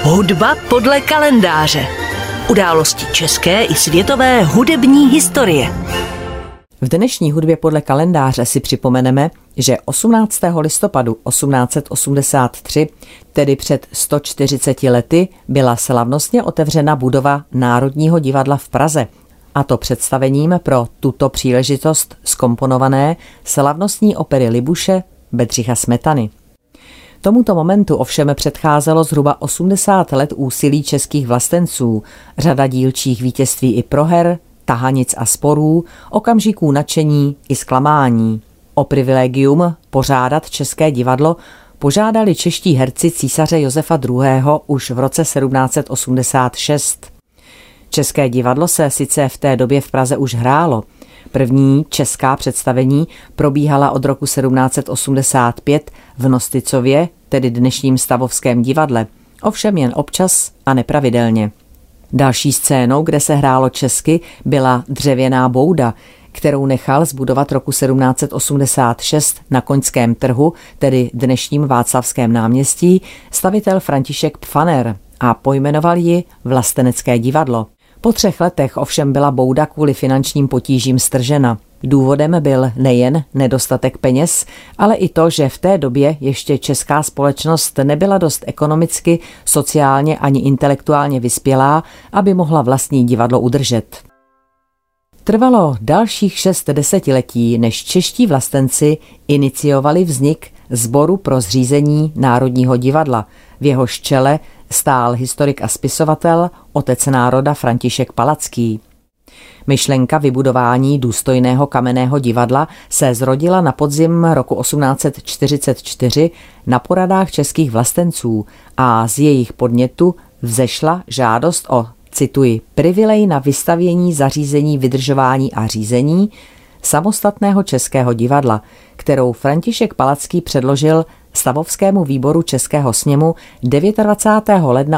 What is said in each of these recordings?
Hudba podle kalendáře. Události české i světové hudební historie. V dnešní hudbě podle kalendáře si připomeneme, že 18. listopadu 1883, tedy před 140 lety, byla slavnostně otevřena budova Národního divadla v Praze, a to představením pro tuto příležitost zkomponované slavnostní opery Libuše Bedřicha Smetany. Tomuto momentu ovšem předcházelo zhruba 80 let úsilí českých vlastenců, řada dílčích vítězství i proher, tahanic a sporů, okamžiků nadšení i zklamání. O privilegium pořádat české divadlo požádali čeští herci císaře Josefa II. Už v roce 1786. České divadlo se sice v té době v Praze už hrálo. První česká představení probíhala od roku 1785 v Nosticově, tedy dnešním Stavovském divadle, ovšem jen občas a nepravidelně. Další scénou, kde se hrálo česky, byla Dřevěná bouda, kterou nechal zbudovat roku 1786 na Koňském trhu, tedy dnešním Václavském náměstí, stavitel František Pfaner a pojmenoval ji Vlastenecké divadlo. Po 3 letech ovšem byla bouda kvůli finančním potížím stržena. Důvodem byl nejen nedostatek peněz, ale i to, že v té době ještě česká společnost nebyla dost ekonomicky, sociálně ani intelektuálně vyspělá, aby mohla vlastní divadlo udržet. Trvalo dalších 6 desetiletí, než čeští vlastenci iniciovali vznik Sboru pro zřízení Národního divadla. V jehož čele stál historik a spisovatel, otec národa František Palacký. Myšlenka vybudování důstojného kamenného divadla se zrodila na podzim roku 1844 na poradách českých vlastenců a z jejich podnětu vzešla žádost o, cituji, privilej na vystavění zařízení vydržování a řízení samostatného českého divadla, kterou František Palacký předložil Stavovskému výboru Českého sněmu 29. ledna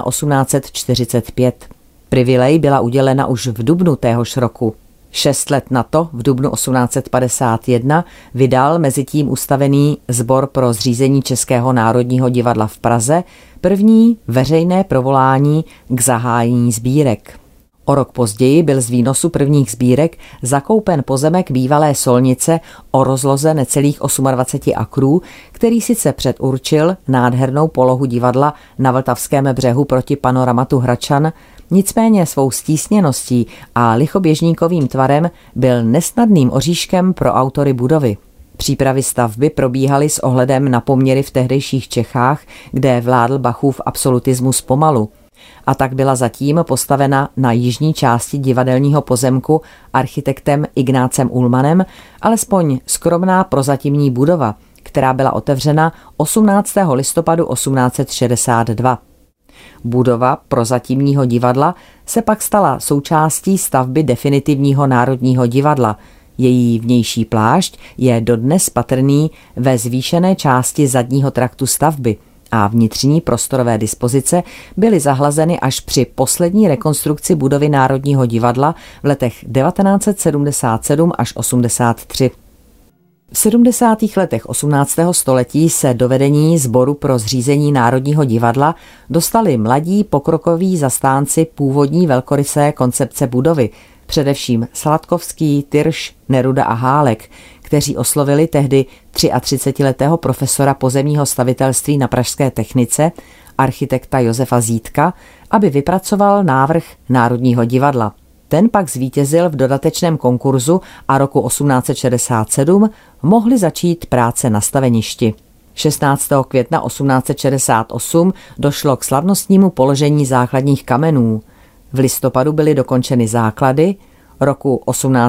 1845. Privilej byla udělena už v dubnu téhož roku. 6 let na to, v dubnu 1851, vydal mezitím ustavený Sbor pro zřízení Českého národního divadla v Praze první veřejné provolání k zahájení sbírek. O rok později byl z výnosu prvních sbírek zakoupen pozemek bývalé solnice o rozloze necelých 28 akrů, který sice předurčil nádhernou polohu divadla na Vltavském břehu proti panoramatu Hradčan, nicméně svou stísněností a lichoběžníkovým tvarem byl nesnadným oříškem pro autory budovy. Přípravy stavby probíhaly s ohledem na poměry v tehdejších Čechách, kde vládl Bachův absolutismus pomalu. A tak byla zatím postavena na jižní části divadelního pozemku architektem Ignácem Ullmanem alespoň skromná prozatímní budova, která byla otevřena 18. listopadu 1862. Budova prozatímního divadla se pak stala součástí stavby definitivního Národního divadla. Její vnější plášť je dodnes patrný ve zvýšené části zadního traktu stavby a vnitřní prostorové dispozice byly zahlazeny až při poslední rekonstrukci budovy Národního divadla v letech 1977 až 83. V 70. letech 18. století se do vedení Sboru pro zřízení Národního divadla dostali mladí pokrokoví zastánci původní velkorysé koncepce budovy, především Sladkovský, Tyrš, Neruda a Hálek, kteří oslovili tehdy 33letého profesora pozemního stavitelství na pražské technice, architekta Josefa Zítka, aby vypracoval návrh Národního divadla. Ten pak zvítězil v dodatečném konkurzu a roku 1867 mohly začít práce na staveništi. 16. května 1868 došlo k slavnostnímu položení základních kamenů. V listopadu byly dokončeny základy, roku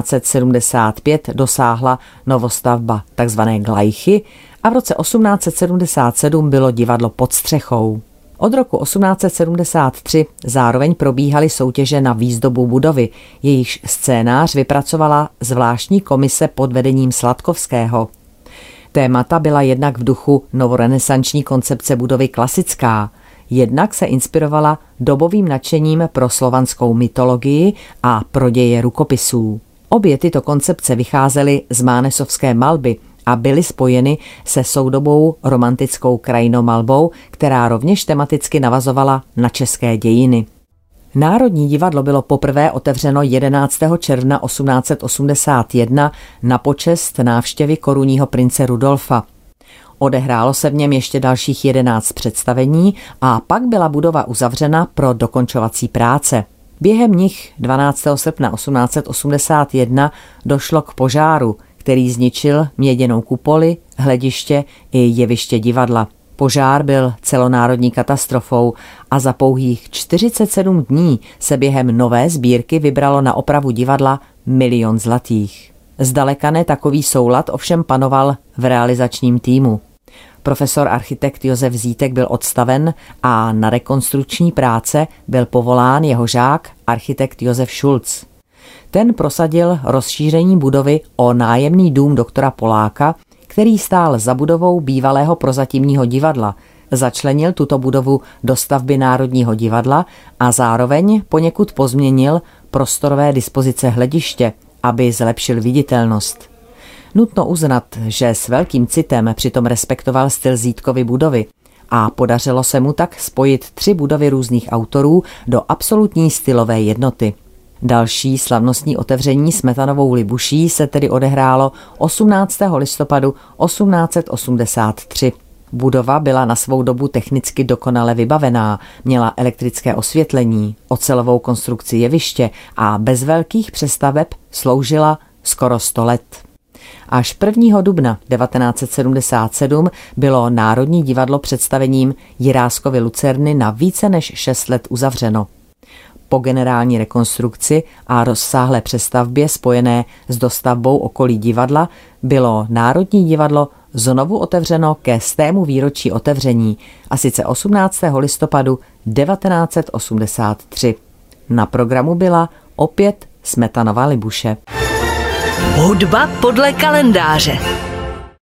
1875 dosáhla novostavba tzv. Glajchy a v roce 1877 bylo divadlo pod střechou. Od roku 1873 zároveň probíhaly soutěže na výzdobu budovy, jejíž scénář vypracovala zvláštní komise pod vedením Sladkovského. Témata byla jednak v duchu novorenesanční koncepce budovy klasická, jednak se inspirovala dobovým nadšením pro slovanskou mytologii a pro děje rukopisů. Obě tyto koncepce vycházely z Mánesovské malby a byly spojeny se soudobou romantickou krajinomalbou, která rovněž tematicky navazovala na české dějiny. Národní divadlo bylo poprvé otevřeno 11. června 1881 na počest návštěvy korunního prince Rudolfa. Odehrálo se v něm ještě dalších 11 představení a pak byla budova uzavřena pro dokončovací práce. Během nich 12. srpna 1881 došlo k požáru, který zničil měděnou kupoli, hlediště i jeviště divadla. Požár byl celonárodní katastrofou a za pouhých 47 dní se během nové sbírky vybralo na opravu divadla 1 000 000 zlatých. Zdaleka ne takový soulad ovšem panoval v realizačním týmu. Profesor architekt Josef Zítek byl odstaven a na rekonstrukční práce byl povolán jeho žák architekt Josef Šulc. Ten prosadil rozšíření budovy o nájemný dům doktora Poláka, který stál za budovou bývalého prozatímního divadla, začlenil tuto budovu do stavby Národního divadla a zároveň poněkud pozměnil prostorové dispozice hlediště, aby zlepšil viditelnost. Nutno uznat, že s velkým citem přitom respektoval styl Zítkovy budovy a podařilo se mu tak spojit 3 budovy různých autorů do absolutní stylové jednoty. Další slavnostní otevření Smetanovou Libuší se tedy odehrálo 18. listopadu 1883. Budova byla na svou dobu technicky dokonale vybavená, měla elektrické osvětlení, ocelovou konstrukci jeviště a bez velkých přestaveb sloužila skoro 100 let. Až 1. dubna 1977 bylo Národní divadlo představením Jiráskovy Lucerny na více než 6 let uzavřeno. Po generální rekonstrukci a rozsáhlé přestavbě spojené s dostavbou okolí divadla bylo Národní divadlo znovu otevřeno ke 100. výročí otevření, a sice 18. listopadu 1983. Na programu byla opět Smetanova Libuše. Hudba podle kalendáře.